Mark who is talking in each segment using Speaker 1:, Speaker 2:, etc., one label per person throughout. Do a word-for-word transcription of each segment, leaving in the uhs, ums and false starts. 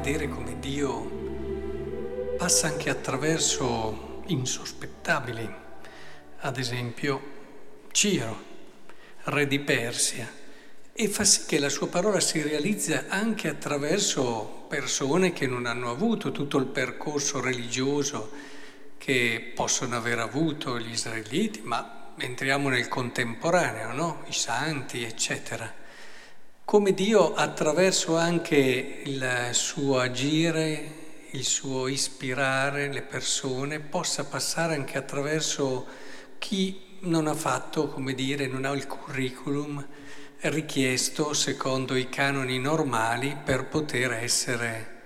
Speaker 1: vedere come Dio passa anche attraverso insospettabili, ad esempio Ciro, re di Persia, e fa sì che la sua parola si realizza anche attraverso persone che non hanno avuto tutto il percorso religioso che possono aver avuto gli israeliti, ma entriamo nel contemporaneo, no? I santi, eccetera. Come Dio, attraverso anche il suo agire, il suo ispirare le persone, possa passare anche attraverso chi non ha fatto, come dire, non ha il curriculum richiesto secondo i canoni normali per poter essere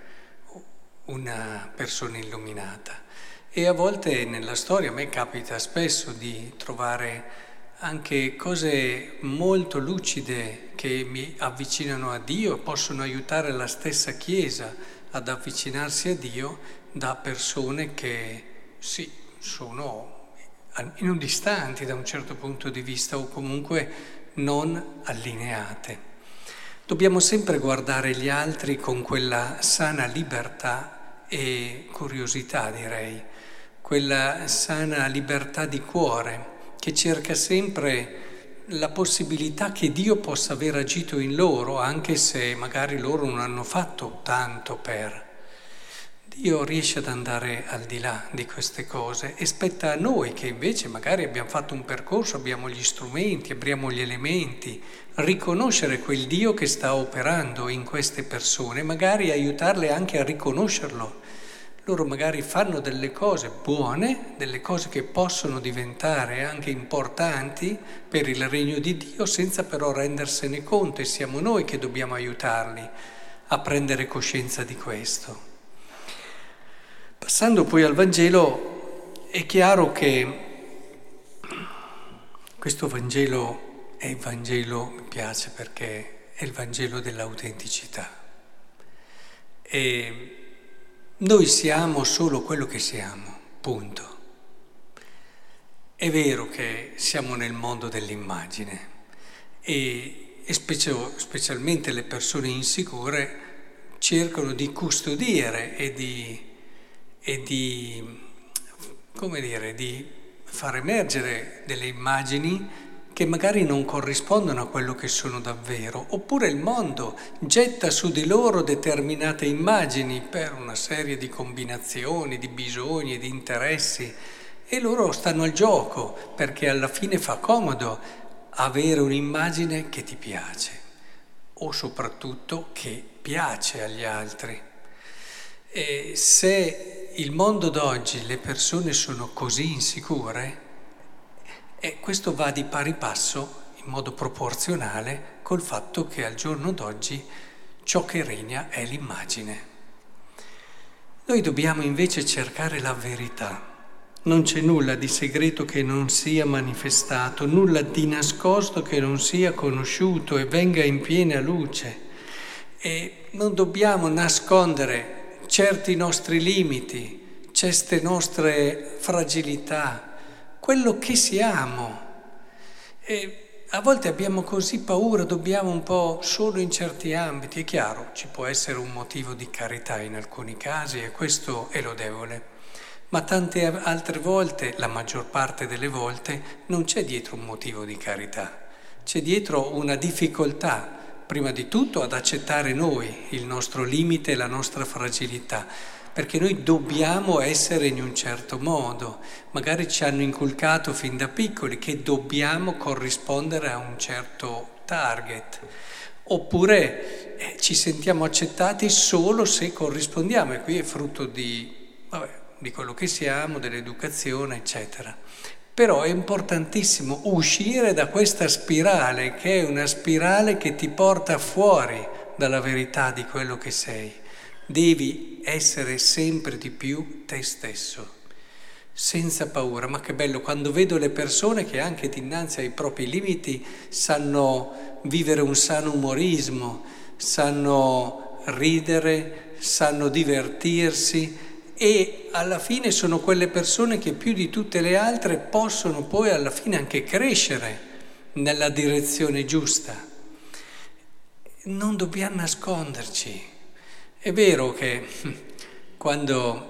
Speaker 1: una persona illuminata. E a volte nella storia, a me capita spesso di trovare anche cose molto lucide che mi avvicinano a Dio, possono aiutare la stessa Chiesa ad avvicinarsi a Dio da persone che sì, sono distanti da un certo punto di vista o comunque non allineate. Dobbiamo sempre guardare gli altri con quella sana libertà e curiosità, direi, quella sana libertà di cuore che cerca sempre la possibilità che Dio possa aver agito in loro, anche se magari loro non hanno fatto tanto per. Dio riesce ad andare al di là di queste cose e spetta a noi che invece magari abbiamo fatto un percorso, abbiamo gli strumenti, abbiamo gli elementi, riconoscere quel Dio che sta operando in queste persone, magari aiutarle anche a riconoscerlo. Loro magari fanno delle cose buone, delle cose che possono diventare anche importanti per il regno di Dio senza però rendersene conto, e siamo noi che dobbiamo aiutarli a prendere coscienza di questo. Passando poi al Vangelo, è chiaro che questo Vangelo è il Vangelo, mi piace perché è il Vangelo dell'autenticità. E noi siamo solo quello che siamo, punto. È vero che siamo nel mondo dell'immagine e, e specio, specialmente le persone insicure cercano di custodire e di, e di, come dire, di far emergere delle immagini che magari non corrispondono a quello che sono davvero, oppure il mondo getta su di loro determinate immagini per una serie di combinazioni, di bisogni, di interessi, e loro stanno al gioco perché alla fine fa comodo avere un'immagine che ti piace o soprattutto che piace agli altri. E se il mondo d'oggi le persone sono così insicure, e questo va di pari passo, in modo proporzionale, col fatto che al giorno d'oggi ciò che regna è l'immagine. Noi dobbiamo invece cercare la verità. Non c'è nulla di segreto che non sia manifestato, nulla di nascosto che non sia conosciuto e venga in piena luce. E non dobbiamo nascondere certi nostri limiti, certe nostre fragilità, quello che siamo. E a volte abbiamo così paura, dobbiamo un po' solo in certi ambiti. È chiaro, ci può essere un motivo di carità in alcuni casi e questo è lodevole, ma tante altre volte, la maggior parte delle volte, non c'è dietro un motivo di carità, c'è dietro una difficoltà, prima di tutto ad accettare noi il nostro limite e la nostra fragilità, perché noi dobbiamo essere in un certo modo, magari ci hanno inculcato fin da piccoli che dobbiamo corrispondere a un certo target, oppure eh, ci sentiamo accettati solo se corrispondiamo, e qui è frutto di, vabbè, di quello che siamo, dell'educazione, eccetera. Però è importantissimo uscire da questa spirale, che è una spirale che ti porta fuori dalla verità di quello che sei. Devi essere sempre di più te stesso, senza paura. Ma che bello quando vedo le persone che anche dinanzi ai propri limiti sanno vivere un sano umorismo, sanno ridere, sanno divertirsi, e alla fine sono quelle persone che più di tutte le altre possono poi alla fine anche crescere nella direzione giusta. Non dobbiamo nasconderci. È vero che quando,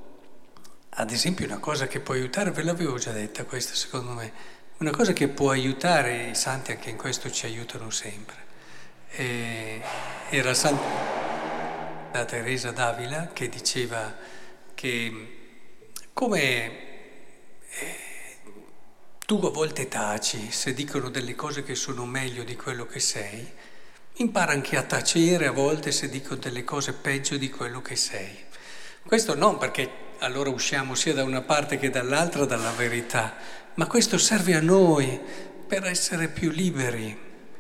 Speaker 1: ad esempio, una cosa che può aiutare, ve l'avevo già detta questa secondo me, una cosa che può aiutare, i santi anche in questo ci aiutano sempre, e era Santa Teresa d'Avila che diceva che come eh, tu a volte taci se dicono delle cose che sono meglio di quello che sei, impara anche a tacere a volte se dicono delle cose peggio di quello che sei. Questo non perché allora usciamo sia da una parte che dall'altra dalla verità, ma questo serve a noi per essere più liberi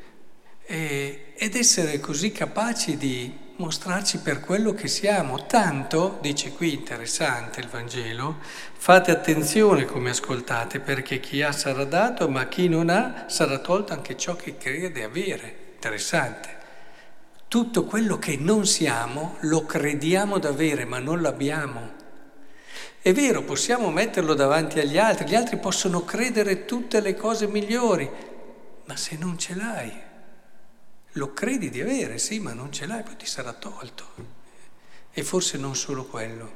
Speaker 1: e, ed essere così capaci di mostrarci per quello che siamo. Tanto, dice qui interessante il Vangelo, fate attenzione come ascoltate, perché chi ha sarà dato, ma chi non ha sarà tolto anche ciò che crede avere. Interessante. Tutto quello che non siamo lo crediamo d'avere, ma non l'abbiamo. È vero, possiamo metterlo davanti agli altri, gli altri possono credere tutte le cose migliori, ma se non ce l'hai, lo credi di avere, sì, ma non ce l'hai, poi ti sarà tolto. E forse non solo quello.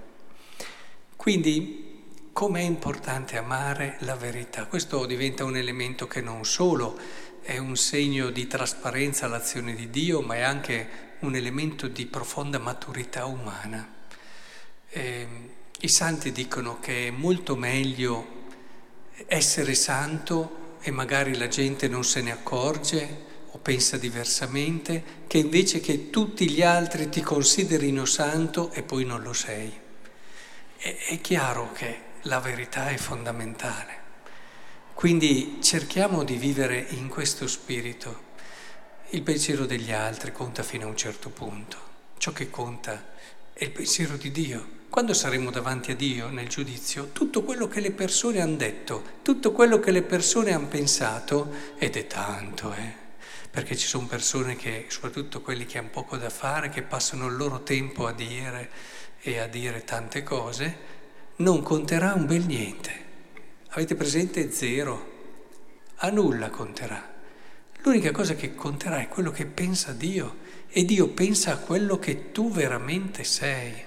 Speaker 1: Quindi, com'è importante amare la verità? Questo diventa un elemento che non solo è un segno di trasparenza all'azione di Dio, ma è anche un elemento di profonda maturità umana. Eh, I santi dicono che è molto meglio essere santo e magari la gente non se ne accorge o pensa diversamente, che invece che tutti gli altri ti considerino santo e poi non lo sei. È, è chiaro che la verità è fondamentale. Quindi cerchiamo di vivere in questo spirito. Il pensiero degli altri conta fino a un certo punto. Ciò che conta è il pensiero di Dio. Quando saremo davanti a Dio nel giudizio, tutto quello che le persone hanno detto, tutto quello che le persone hanno pensato, ed è tanto, eh? Perché ci sono persone che, soprattutto quelli che hanno poco da fare, che passano il loro tempo a dire e a dire tante cose, non conterà un bel niente. Avete presente zero? A nulla conterà. L'unica cosa che conterà è quello che pensa Dio, e Dio pensa a quello che tu veramente sei.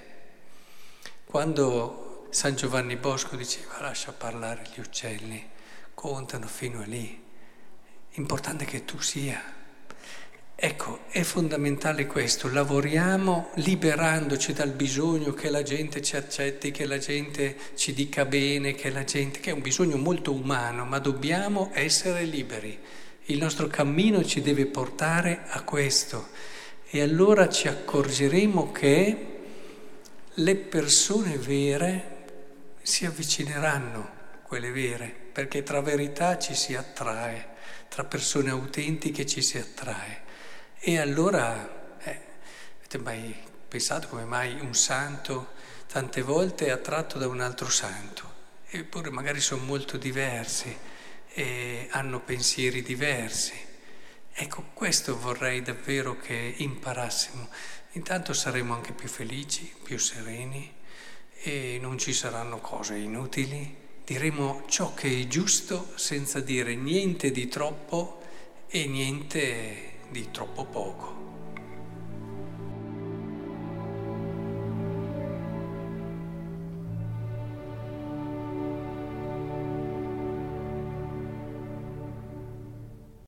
Speaker 1: Quando San Giovanni Bosco diceva lascia parlare gli uccelli, contano fino a lì, importante che tu sia. Ecco, è fondamentale questo, lavoriamo liberandoci dal bisogno che la gente ci accetti, che la gente ci dica bene, che la gente, che è un bisogno molto umano, ma dobbiamo essere liberi. Il nostro cammino ci deve portare a questo e allora ci accorgeremo che le persone vere si avvicineranno, quelle vere, perché tra verità ci si attrae, tra persone autentiche ci si attrae. E allora, eh, avete mai pensato come mai un santo tante volte è attratto da un altro santo? Eppure magari sono molto diversi e hanno pensieri diversi. Ecco, questo vorrei davvero che imparassimo. Intanto saremo anche più felici, più sereni e non ci saranno cose inutili. Diremo ciò che è giusto senza dire niente di troppo e niente di troppo poco.